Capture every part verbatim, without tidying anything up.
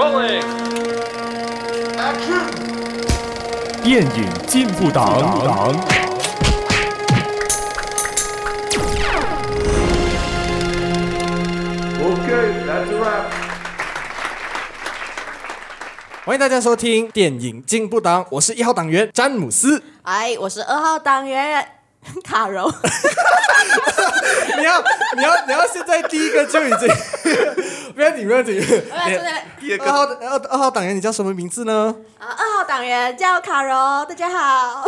Rolling. Action. 电影进步党。 Okay, that's a wrap. 欢迎大家收听电影进步党，我是一号党员詹姆斯。 哎，我是二号党员卡柔。 你要你要你要现在第一个就已经不要紧不要紧。 第二号二二号党员你叫什么名字呢？ 啊，二号党员叫卡柔，大家好。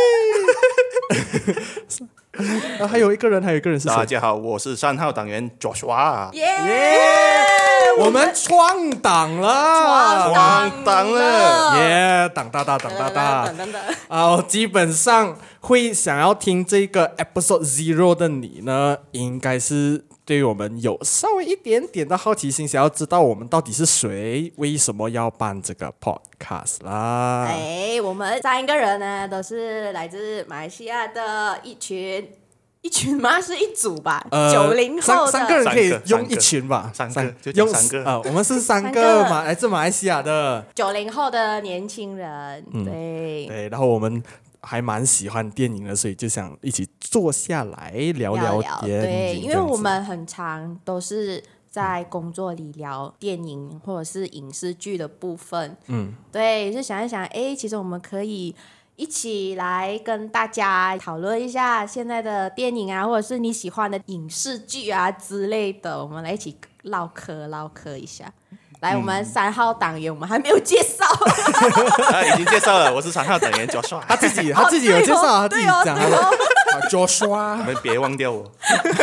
啊，还有一个人，还有一个人是谁？ 大家好，我是三号党员 Joshua。 耶！ 我们创党了， 创党了， 耶！党大大，党大大。 等等等。 啊，基本上会想要听这个 episode zero 的你呢，应该是对我们有稍微一点点的好奇心，想要知道我们到底是谁，为什么要办这个 podcast 啦？ 哎，我们三个人呢，都是来自马来西亚的一群。一群吗？是一组吧？九零、呃、后的三三个人可以用一群吧？ 三个，三个就讲三个啊、呃，我们是三个马来自马来西亚的九零后的年轻人，嗯、对对，然后我们还蛮喜欢电影的，所以就想一起坐下来聊聊电影。 对，因为我们很常都是在工作里聊电影或者是影视剧的部分，嗯，对，就想一想，哎，其实我们可以一起来跟大家讨论一下现在的电影啊，或者是你喜欢的影视剧啊之类的，我们来一起唠嗑唠嗑一下。来，我们三号党员我们还没有介绍。 啊，已经介绍了，我是三号党员 Joshua。 他自己他自己有介绍，他自己讲他的 Joshua。 你们别忘掉我。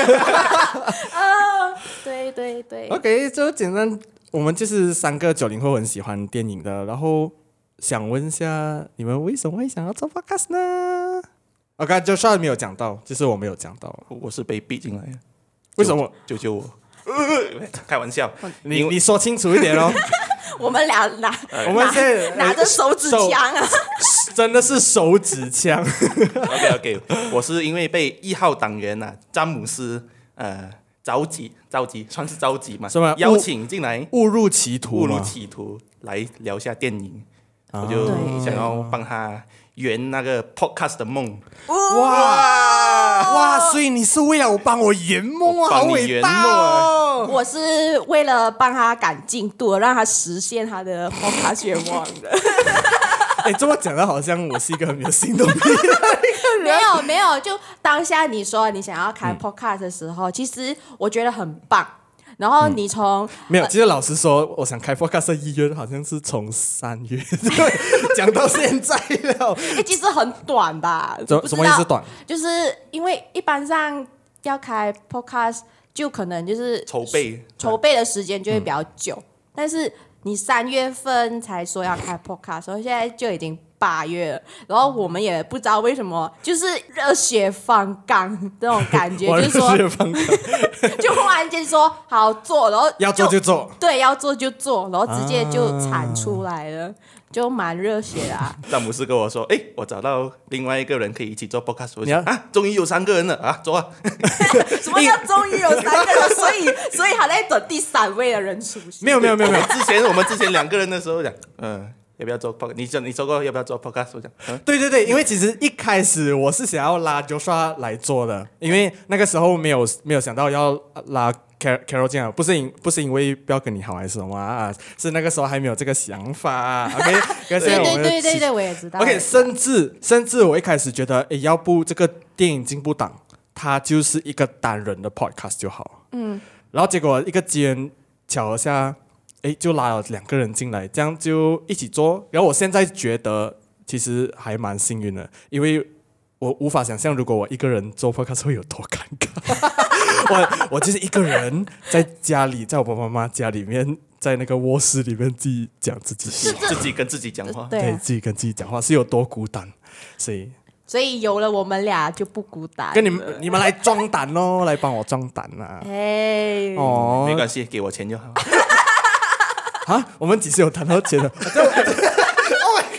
啊，对对对。 OK， 就简单，我们就是三个九零后很喜欢电影的，然后。想问一下，你们为什么会想要做 podcast 呢？我刚才就稍微没有讲到，就是我没有讲到， 我是被逼进来的。 为什么？ 救救我！呃、开玩笑， 你你说清楚一点哦。 我们俩拿， 我们现在拿着手指枪啊， 真的是手指枪。 OK OK， 我是因为被一号党员啊詹姆斯呃召集召集，算是召集嘛， 是吗？ 邀请进来， 误入歧途， 误入歧途来聊一下电影。我就想要帮他圆那个 podcast 的梦。 哇哇！所以你是为了我帮我圆梦啊，好伟大哦！ 我是为了帮他赶进度，让他实现他的 podcast 愿望的。 哎，这么讲的好像我是一个很没有行动力的一个人。 没有没有，就当下你说你想要开 podcast 的时候，嗯、其实我觉得很棒。然后你从、嗯、 没有，其实老实说，我想开 podcast 的意愿好像是从三月讲到现在了。 哎，其实很短吧？ 什么意思短？ 就是因为一般上要开 podcast， 就可能就是筹备筹备的时间就会比较久，嗯、但是你三月份才说要开 podcast， 所以现在就已经八月了，然后我们也不知道为什么，就是热血方刚这种感觉，就是说，就忽然间说好做，然后要做就做， 对，要做就做，然后直接就产出来了，啊、就蛮热血的、啊。 詹姆斯跟我说：“哎，我找到另外一个人可以一起做 podcast。”我想啊，终于有三个人了啊，走啊！ 什么叫终于有三个人？所以，所以还在等第三位的人出现。 没有，没有，没有，没有。 之前我们之前两个人的时候讲，嗯、呃。要不要做 podcast？ 你说你说过要不要做 podcast？ 我讲、嗯， 对对对，因为其实一开始我是想要拉 Joshua 来做的，因为那个时候没有没有想到要拉 Carol 进来，不是因不是因为不要跟你好还是什么啊，是那个时候还没有这个想法。OK， 对对对对对，我也知道。 OK， 甚至甚至我一开始觉得，哎，要不这个电影进步党它就是一个单人的 podcast 就好。嗯，然后结果一个机缘巧合下。哎，就拉了两个人进来，这样就一起做。然后我现在觉得其实还蛮幸运的，因为我无法想象如果我一个人做 podcast 会有多尴尬。我我就是一个人在家里，在我爸爸妈妈家里面，在那个卧室里面自己讲自己话， 自己跟自己讲话， 对，自己跟自己讲话是有多孤单，所以。 所以有了我们俩就不孤单。 跟你们你们来壮胆咯，来帮我壮胆啊！ 哎， 哦，没关系，给我钱就好。 啊，我们几时有谈到钱了？Oh my god！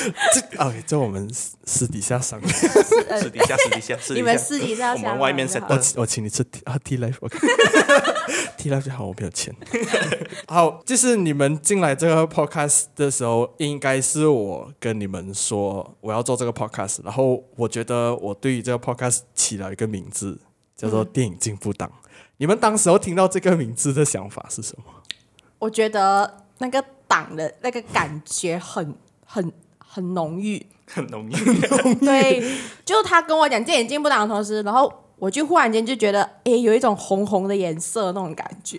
这 OK， 这我们私私底下商量。 私底下私底下私底下， 你们私底下我们外面 set 我我请你吃啊 T Life，OK， T Life 就好，我没有钱。好，就是你们进来这个 podcast 的时候，应该是我跟你们说我要做这个 podcast， 然后我觉得我对于这个 podcast 起了一个名字，叫做电影进步党。嗯、你们当时候听到这个名字的想法是什么？ 我觉得那个党的那个感觉很很很浓郁， 很浓郁。 对，就他跟我讲电影进步党的同时，然后我就忽然间就觉得，哎，有一种红红的颜色那种感觉，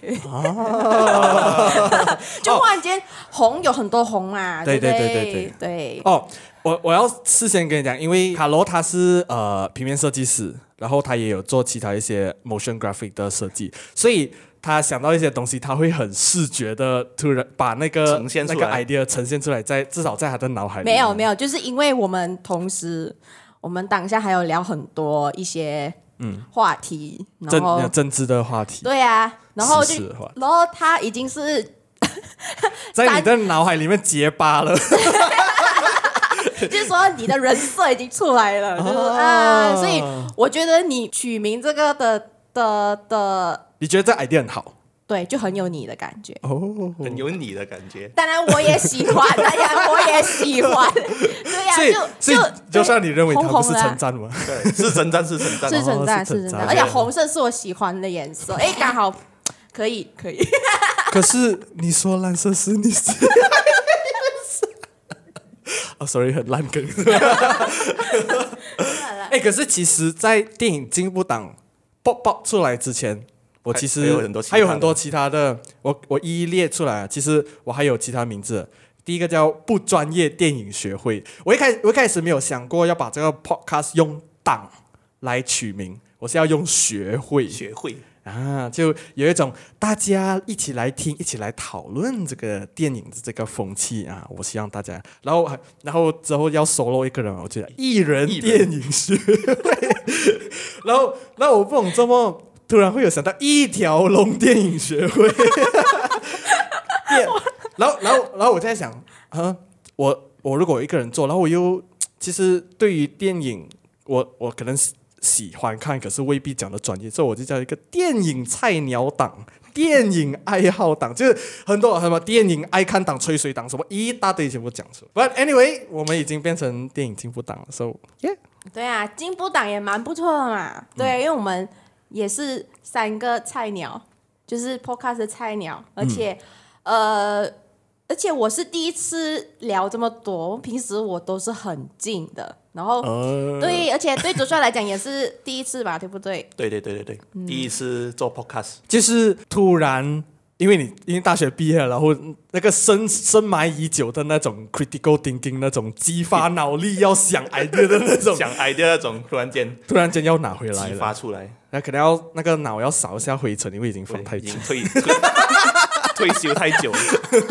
啊、就忽然间红有很多红啊， 对对对对对对对。 哦，我我要事先跟你讲，因为卡罗他是呃平面设计师，然后他也有做其他一些 motion graphic 的设计，所以他想到一些东西，他会很视觉的突然把那个呈现出来那个 idea 呈现出来，在至少在他的脑海里。 没有没有，就是因为我们同时，我们当下还有聊很多一些嗯话题，然后政政治的话题， 对啊，然后就时事的话题然后他已经是在你的脑海里面结巴了。 就是说你的人设已经出来了，就是啊，所以我觉得你取名这个的的的， 你觉得这 idea 很好？ 对，就很有你的感觉。 哦， 很有你的感觉。 当然我也喜欢，当然我也喜欢，对呀、 所以啊， 所以就就算你认为它不是红红的啊称赞吗？ 对，是称赞，是称赞。 是称赞， 哦是称赞是称赞，而且红色是我喜欢的颜色，哎，刚好可以可以。 可是你说蓝色是你是。哦、，sorry， 很烂梗。哎、欸，可是其实，在电影进步党爆爆出来之前，我其实还有很多其他的还有很多其他的，我我一一列出来。其实我还有其他名字，第一个叫不专业电影学会。我一开我一开始没有想过要把这个 podcast 用党来取名，我是要用学会学会。 啊，就有一种大家一起来听、一起来讨论这个电影的这个风气啊！我希望大家，然后然后之后要 solo 一个人，我觉得艺人电影学会，然后然后我不懂这么突然会有想到一条龙电影学会，然后然后然后我在想啊，我我如果一个人做，然后我又其实对于电影，我我可能。喜欢看，可是未必讲的专业，所以我就叫一个电影菜鸟党、电影爱好党，就是很多什么电影爱看党、吹水党，什么一大堆全部讲出来。But anyway， 我们已经变成电影进步党了 ，so yeah。 对啊，进步党也蛮不错的嘛。对、啊，因为我们也是三个菜鸟，就是 podcast 的菜鸟，而且、嗯、呃，而且我是第一次聊这么多，平时我都是很静的。然后、呃、对，而且对主帅来讲也是第一次吧，对不对？ 对对对对对，嗯、第一次做 podcast， 就是突然，因为你因为大学毕业了，然后那个深深埋已久的那种 critical thinking 那种激发脑力要想 idea 的那种， 想 idea 那种，突然间突然间要拿回来了， 激发出来， 那可能要那个脑要扫一下灰尘，因为已经放太久， 已经退退退休太久了。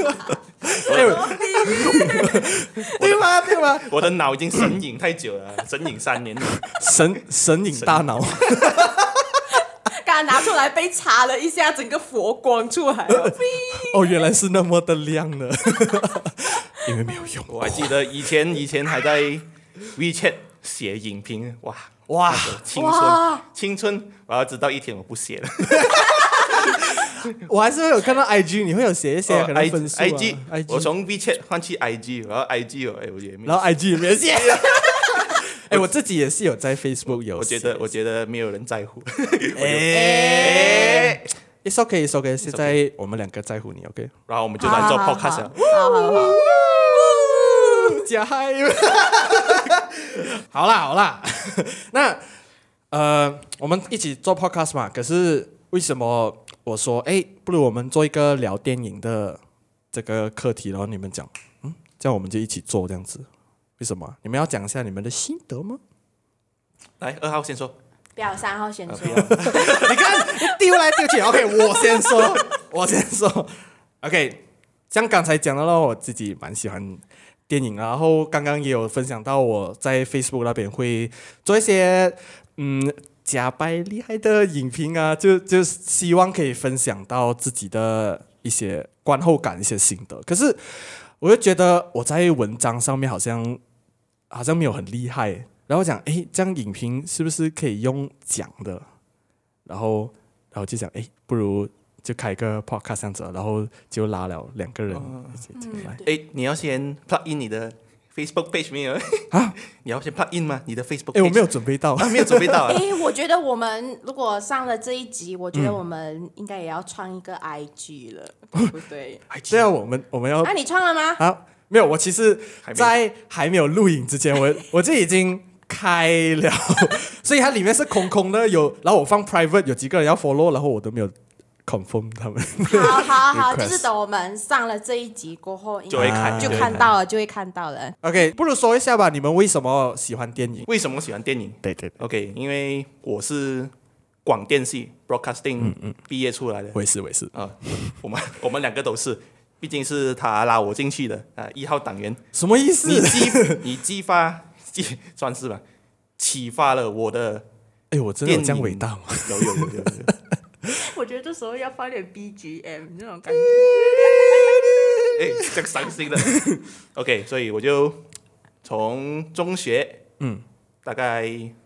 对吗？对吗？ 我的脑已经神隐太久了，神隐三年了， 神神隐大脑。 刚刚拿出来被擦了一下，整个佛光出来了。 哦，原来是那么的亮呢，因为没有用。 我还记得以前以前还在 WeChat 写影评，哇哇， 青春青春，我要知道一天我不写了。 我还是会有看到 I G， 你会有写一些、哦、可能分数、啊、 I G， 我从 WeChat 换去 I G， 然后 I G 哦，哎，我也没有， 然后 I G 也没有写。哎，我自己也是有在 Facebook 有， 我觉得我觉得没有人在乎。 哎 ，It's OK，It's OK， 现在我们两个在乎你 ，OK。 然后我们就来做 podcast 了。 好好好， 加嗨！好啦好啦，那呃，我们一起做 podcast 嘛，可是为什么？我说，哎，不如我们做一个聊电影的这个课题，然后你们讲，嗯，这样我们就一起做这样子。为什么？你们要讲一下你们的心得吗？ 来，二号先说。 不要，三号先说。 你看，丢来丢去。OK， 我先说，我先说。OK， 像刚才讲到了，我自己蛮喜欢电影，然后刚刚也有分享到我在 Facebook 那边会做一些，嗯。假掰厉害的影评啊，就就希望可以分享到自己的一些观后感、一些心得。可是我就觉得我在文章上面好像好像没有很厉害，然后讲诶，这样影评是不是可以用讲的？然后然后就想诶，不如就开个 podcast 这样子，然后就拉了两个人一起进来。 哎，你要先 plug in 你的 Facebook page 没有？ 啊， 你要先 plug in 吗？你的 Facebook page？ 哎，我没有准备到， 啊，没有准备到啊。 哎，我觉得我们如果上了这一集，我觉得我们应该也要创一个 I G 了，对不对？ 对啊，我们我们要啊，你创了吗？ 啊，没有，我其实还没在还没有录影之前，我我就已经开了，所以它里面是空空的，有，然后我放 private， 有几个人要 follow， 然后我都没有 confirm 他们。 好好好， request 就是等我们上了这一集过后，应该就会看就就会看看到了，就会看到了。 OK， 不如说一下吧，你们为什么喜欢电影？ 为什么喜欢电影对对对， ？OK， 因为我是广电系 broadcasting 毕业出来的。 我也是我也是。 啊，我们我们两个都是，毕竟是他拉我进去的啊，一号党员。 什么意思？ 你激你激发激算是吧，启发了我的。 哎，我真的有这样伟大吗？ 有有有有有。 我觉得这时候要放点 B G M 那种感觉。 哎，这样伤心的。OK， 所以我就从中学，嗯，大概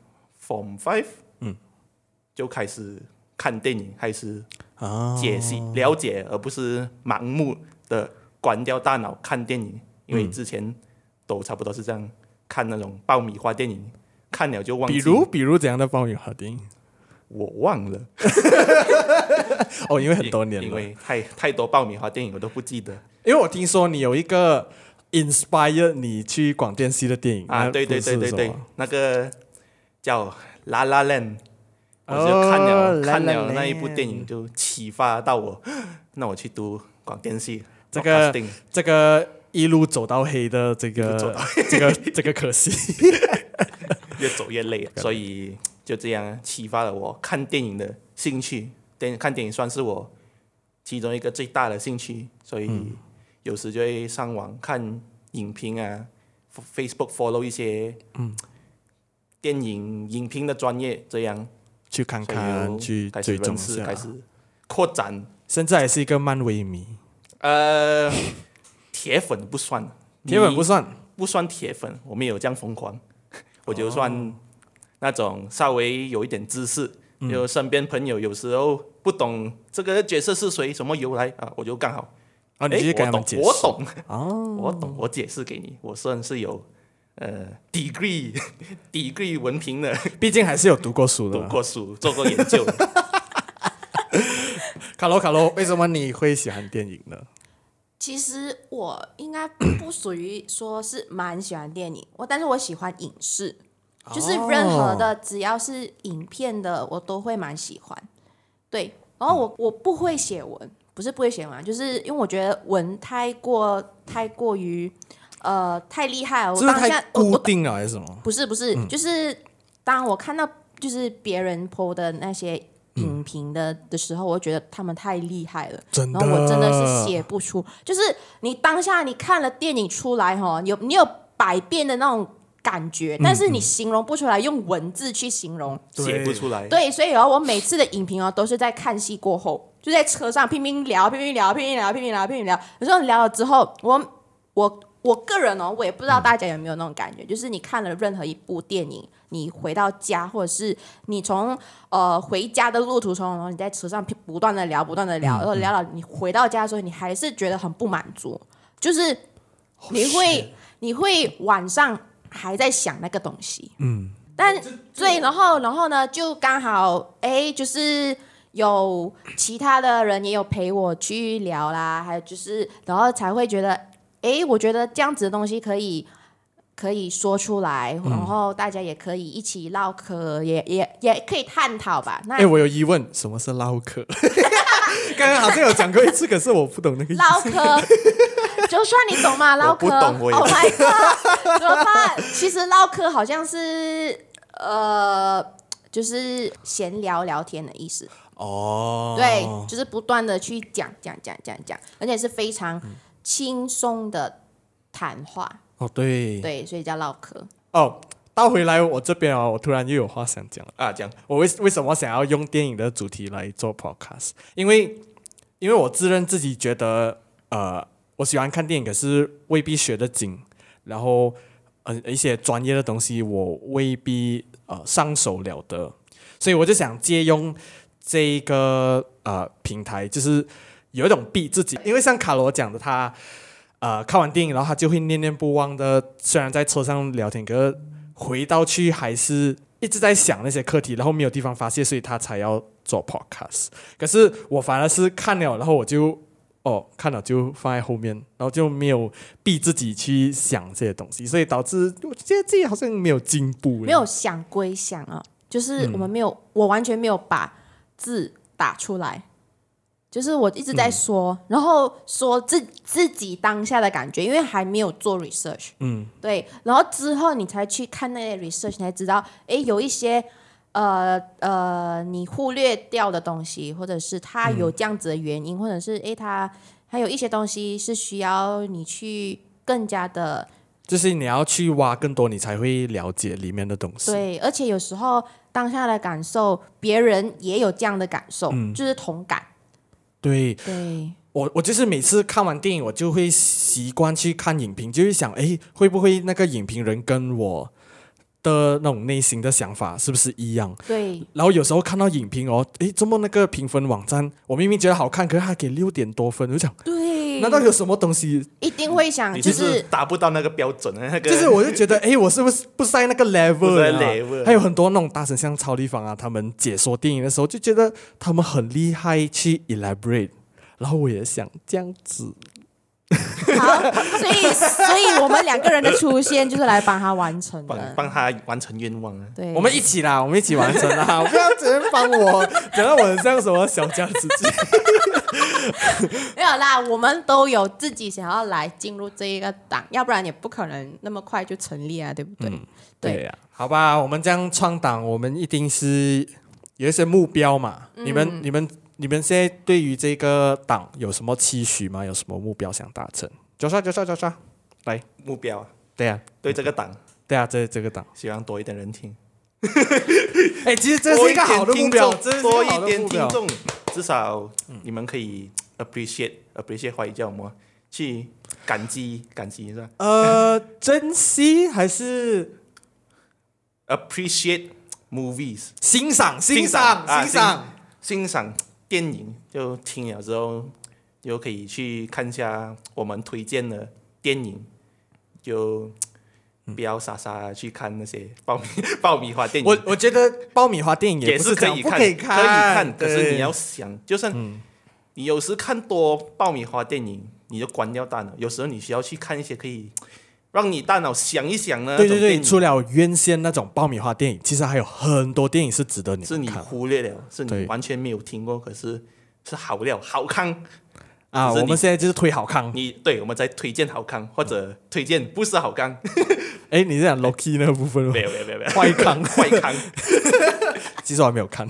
Form Five， 嗯，就开始看电影，开始解析、 哦、 了解，而不是盲目的关掉大脑看电影。因为之前都差不多是这样看那种爆米花电影，看了就忘记。 比如比如怎样的爆米花电影？ 我忘了。 哦，因为很多年了， 因为太太多爆米花电影我都不记得。 因为我听说你有一个 inspire 你去广电系的电影啊，对对对对对，那个叫《La La Land》，我哦就看了、 La La 看了那一 Land 部电影，就启发到我，那我去读广电系。 这个 broadcasting 这个一路走到黑的这个这个这个可惜， 越走越累，所以就这样启发了我看电影的兴趣。电看电影算是我其中一个最大的兴趣，所以有时就会上网看影评啊 ，Facebook follow 一些电影影评的专业，这样去看所看， 以去就开始追踪认识， 一下开始扩展。 甚至还是一个漫威迷， 呃，铁粉不算， 铁粉不算， 不算铁粉，我没有这样疯狂，我就算那种稍微有一点知识。就身边朋友有时候不懂这个角色是谁，什么由来啊，我就刚好， 啊，你诶去跟他我懂， 们解释， 我懂， 哦， 我懂，我解释给你，我算是有呃 degree degree 文凭的， 毕竟还是有读过书的读嘛。 过书，做过研究的。 卡罗卡罗，为什么你会喜欢电影呢？ 其实我应该不属于说是蛮喜欢电影，我但是我喜欢影视，就是任何的只要是影片的，我都会蛮喜欢。对，然后我我不会写文，不是不会写文，就是因为我觉得文太过太过于呃太厉害了，我是不是当下太固我定了还是什么？ 不是不是，嗯、就是当我看到就是别人 po 的那些影评的、嗯、的时候，我觉得他们太厉害了， 真的， 然后我真的是写不出。就是你当下你看了电影出来哈，有你有百遍的那种感觉，但是你形容不出来，用文字去形容写不出来。 对，所以哦，我每次的影评哦，都是在看戏过后，就在车上拼命聊，拼命聊，拼命聊，拼命聊，拼命聊。有时候聊了之后，我我我个人哦，我也不知道大家有没有那种感觉，嗯、就是你看了任何一部电影，你回到家，或者是你从呃回家的路途中，然后你在车上不断的聊，不断的聊，然后聊到你回到家的时候，你还是觉得很不满足，就是你会、oh, 你会晚上还在想那个东西，嗯，但对，然后然后呢，就刚好哎，就是有其他的人也有陪我去聊啦，还有就是，然后才会觉得。哎，我觉得这样子的东西可以可以说出来，嗯、然后大家也可以一起唠嗑，也也也可以探讨吧。那哎，我有疑问，什么是唠嗑？刚刚好像有讲过一次，可是我不懂那个意思。 唠嗑，就算你懂吗？唠嗑， 我不懂，我也 Oh my god， 怎么办？其实唠嗑好像是呃，就是闲聊聊天的意思。 哦， 对，就是不断的去讲讲讲讲讲，而且是非常。嗯轻松的谈话哦，对对，所以叫唠嗑。 哦，倒回来我这边哦，我突然又有话想讲了啊，讲我为为什么想要用电影的主题来做 podcast？ 因为因为我自认自己觉得呃我喜欢看电影，可是未必学得精，然后呃一些专业的东西我未必呃上手了的，所以我就想借用这一个呃平台，就是有一种逼自己，因为像卡罗讲的，他呃看完电影，然后他就会念念不忘的，虽然在车上聊天，可是回到去还是一直在想那些课题，然后没有地方发泄，所以他才要做 podcast。可是我反而是看了，然后我就哦看了就放在后面，然后就没有逼自己去想这些东西，所以导致我觉得自己好像没有进步， 没有想归想啊，就是我们没有，嗯、我完全没有把字打出来。就是我一直在说，嗯、然后说自自己当下的感觉，因为还没有做 research， 嗯，对，然后之后你才去看那些 research， 你才知道，哎，有一些呃呃你忽略掉的东西，或者是它有这样子的原因，嗯、或者是哎它还有一些东西是需要你去更加的， 就是你要去挖更多，你才会了解里面的东西。 对，而且有时候当下的感受，别人也有这样的感受，嗯、就是同感。 对， 对我我就是每次看完电影，我就会习惯去看影评，就会想，哎，会不会那个影评人跟我的那种内心的想法是不是一样？ 对。 然后有时候看到影评哦，哎，怎么那个评分网站，我明明觉得好看，可是他给六点多分，我就想， 对， 难道有什么东西？ 一定会想， 你就是达不到那个标准的那个， 就是我就觉得，哎，我是不是不是在那个 level 啊 level？ 还有很多那种大神像超立方啊，他们解说电影的时候，就觉得他们很厉害去 elaborate。然后我也想这样子， 好，所以所以我们两个人的出现就是来帮他完成的， 帮帮他完成愿望啊！ 对， 我们一起啦，我们一起完成啦！不要只能帮我，讲到我很像什么小家子鸡。 没有啦，我们都有自己想要来进入这一个党，要不然也不可能那么快就成立啊，对不对？ 嗯、对呀、啊，好吧，我们这样创党，我们一定是有一些目标嘛。嗯、你们你们。你们现在对于这个党有什么期许吗？有什么目标想达成？九刷九刷九刷，来目标啊！ 对啊， 对这个党， 对啊，这这个党， 希望多一点人听。 哎，其实这是一个好的目标， 多一点听众，至少你们可以 appreciate appreciate 华语叫什么？去感激感激是吧？ 呃，珍惜还是 appreciate movies？ 欣赏欣赏欣赏。 欣赏电影，就听了之后就可以去看一下我们推荐的电影，就不要傻傻去看那些爆米爆米花电影。 我我觉得爆米花电影也不是可以看， 可以看， 可以看，可是你要想，就算你有时看多爆米花电影，你就关掉大脑。有时候你需要去看一些可以让你大脑想一想的那种电影。 对对对，除了原先那种爆米花电影，其实还有很多电影是值得你看， 是你忽略了，是你完全没有听过，可是是好料好看啊！我们现在就是推好看， 你对我们在推荐好看或者推荐不是好看。 哎，你是讲 Loki 那个部分吗？ 没有没有没有没有， 坏康坏康， 其实我还没有看，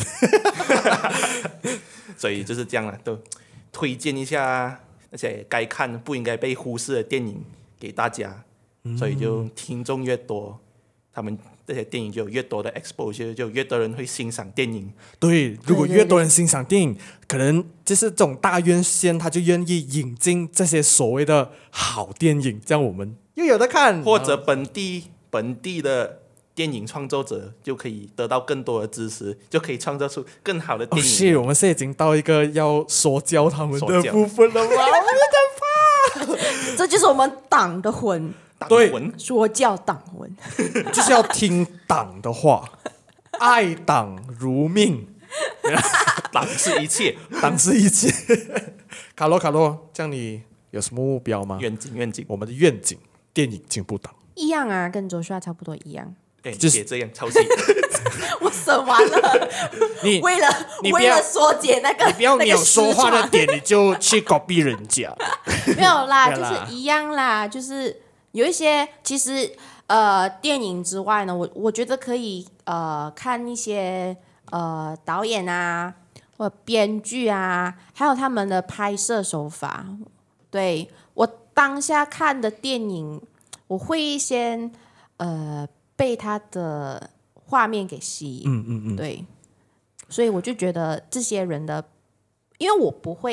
所以就是这样了，都推荐一下那些该看不应该被忽视的电影给大家。所以就听众越多，他们这些电影就有越多的 exposure， 就越多人会欣赏电影。 对，如果越多人欣赏电影，可能就是这种大院线，他就愿意引进这些所谓的好电影，这样我们又有的看。 或者本地本地的电影创作者就可以得到更多的支持，就可以创造出更好的电影。 哦，是，我们现在已经到一个要说教他们的部分了吗？我有点怕。 这就是我们党的魂。 对， 说教党文就是要听党的话，爱党如命， 党是一切， 党是一切。卡罗卡罗，这样你有什么目标吗？ 愿景愿景， 我们的愿景，电影进步党一样啊，跟周刷差不多一样。 哎，就是这样抄袭。 我审完了， 你为了你为了缩减那个， 你不要你有说话的点，你就去 copy 人家。 没有啦，就是一样啦，就是。有一些其实呃电影之外呢，我我觉得可以呃看一些呃导演啊或者编剧啊，还有他们的拍摄手法。对，我当下看的电影，我会先呃被他的画面给吸引， 嗯嗯嗯， 对，所以我就觉得这些人的，因为我不会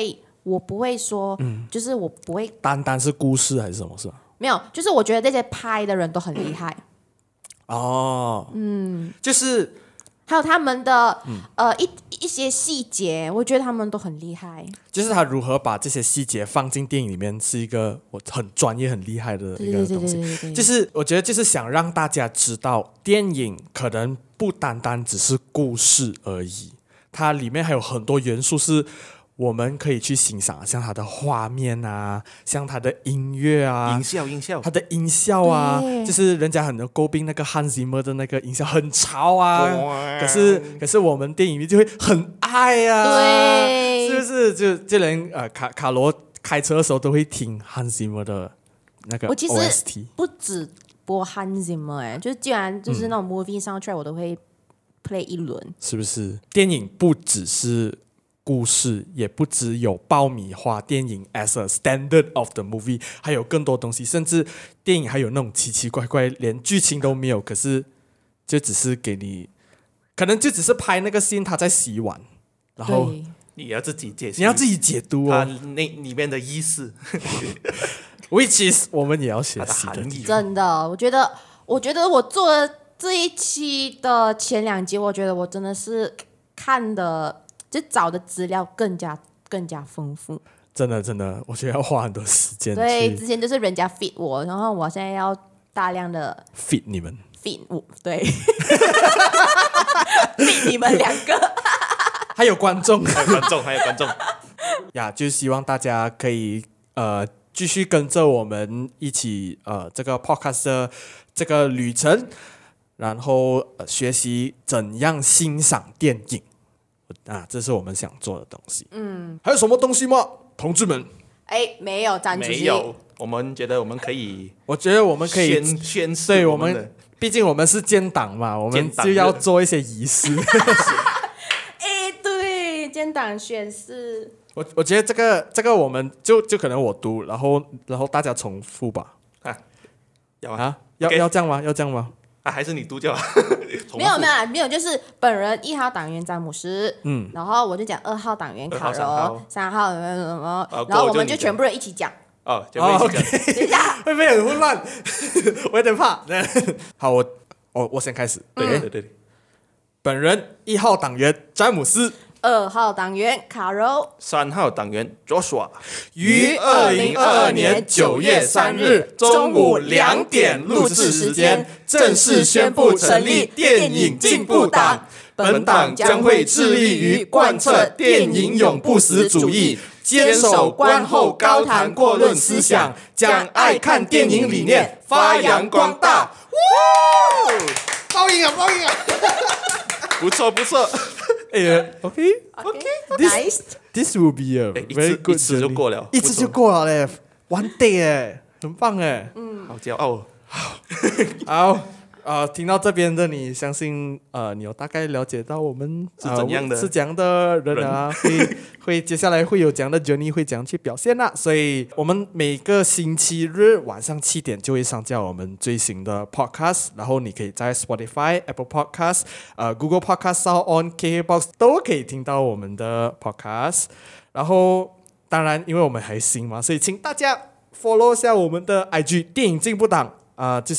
我不会说，嗯、就是我不会单单是故事还是什么是吧？ 没有，就是我觉得这些拍的人都很厉害。 哦，嗯，就是还有他们的、嗯、呃一一些细节，我觉得他们都很厉害。 就是他如何把这些细节放进电影里面，是一个我很专业、很厉害的一个东西。就是我觉得，就是想让大家知道，电影可能不单单只是故事而已，它里面还有很多元素是我们可以去欣赏，像它的画面啊，像它的音乐啊， 音效音效， 它的音效啊，就是人家很多诟病那个 Hans Zimmer 的那个音效很吵啊，可是可是我们电影里就会很爱啊， 对， 是不是？就就连呃卡卡罗开车的时候都会听 Hans Zimmer 的那个 O S T。 不止播 Hans Zimmer 哎，就是既然就是那种 movie soundtrack 我都会 play 一轮， 是不是？电影不只是故事，也不只有爆米花电影 as a standard of the movie， 还有更多东西，甚至电影还有那种奇奇怪怪连剧情都没有，可是就只是给你，可能就只是拍那个 scene 他在洗碗，然后你要自己解析， 你要自己解读哦， 它那里面的意思 which is 我们也要学习的。 真的，我觉得我觉得我做了这一期的前两集，我觉得我真的是看的就找的资料更加更加丰富， 真的真的，我觉得要花很多时间。 对，之前就是人家 fit 我，然后我现在要大量的 fit 你们 fit 我，对fit 你们两个， 还有观众， 还有观众，还有观众呀，就希望大家可以呃继续跟着我们一起呃这个 podcast 的这个旅程，然后、呃、学习怎样欣赏电影。啊，这是我们想做的东西。嗯，还有什么东西吗，同志们？ 哎，没有，张主席， 没有。我们觉得我们可以， 我觉得我们可以宣宣誓对我们们，毕竟我们是建党嘛，我们就要做一些仪式。 哎，对，建党宣誓。 我我觉得这个这个我们就就可能我读，然后然后大家重复吧。 啊，要啊， 啊要 okay 要这样吗？要这样吗？ 啊，还是你读就好。 没有没有没有，就是本人一号党员詹姆斯，嗯，然后我就讲二号党员卡柔，三号什么什么，然后我们就全部人一起讲。 哦，全部一起讲。 等一下， 会不会很混乱？我有点怕。好，我我我先开始。 对对对对， 本人一号党员詹姆斯。 二号党员卡柔， 三号党员 Joshua， 于二零二二年九月三日中午两点录制时间，正式宣布成立电影进步党。本党将会致力于贯彻电影永不死主义，坚守观后高谈阔论思想，将爱看电影理念发扬光大。报应啊，报应啊！ 不错不错。 哎呀 ，OK OK，Nice， this will be a very good， 一次就过了， 一次就过了嘞 ，one day 哎，很棒哎， 嗯， 好骄傲。 好，呃，听到这边的你，相信呃，你有大概了解到我们是怎样的、 呃、是怎样的人啊，会会接下来会有怎样的 journey， 会怎样去表现啦、啊。所以我们每个星期日晚上七点就会上架我们最新的 podcast， 然后你可以在 Spotify、Apple Podcast、呃 Google Podcast、SoundOn、K K Box 都可以听到我们的 podcast。然后当然，因为我们还新嘛，所以请大家 follow 下我们的 I G 电影进步党啊、呃，就是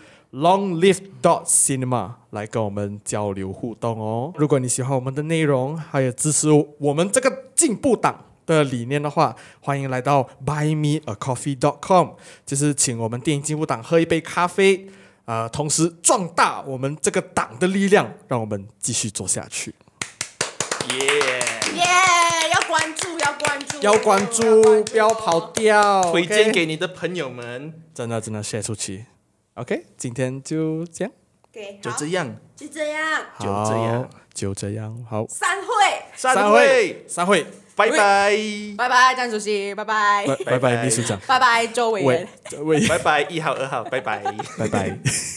。Long Live dot Cinema 来跟我们交流互动哦。如果你喜欢我们的内容，还有支持我们这个进步党的理念的话，欢迎来到 buy me a coffee dot com， 就是请我们电影进步党喝一杯咖啡，呃，同时壮大我们这个党的力量，让我们继续做下去。 耶耶！要关注，要关注， 要关注，不要跑掉， 推荐 okay？ 给你的朋友们， 真的真的 share 出去。OK， 今天就这样， okay， 就这样， 就这样， 就这样， 就这样，好， 散会， 散会， 散会， 拜拜， 拜拜，张主席，拜拜， 拜拜，秘书长， 拜拜，周委员， 喂， 拜拜，一号、二号，拜拜， 拜拜。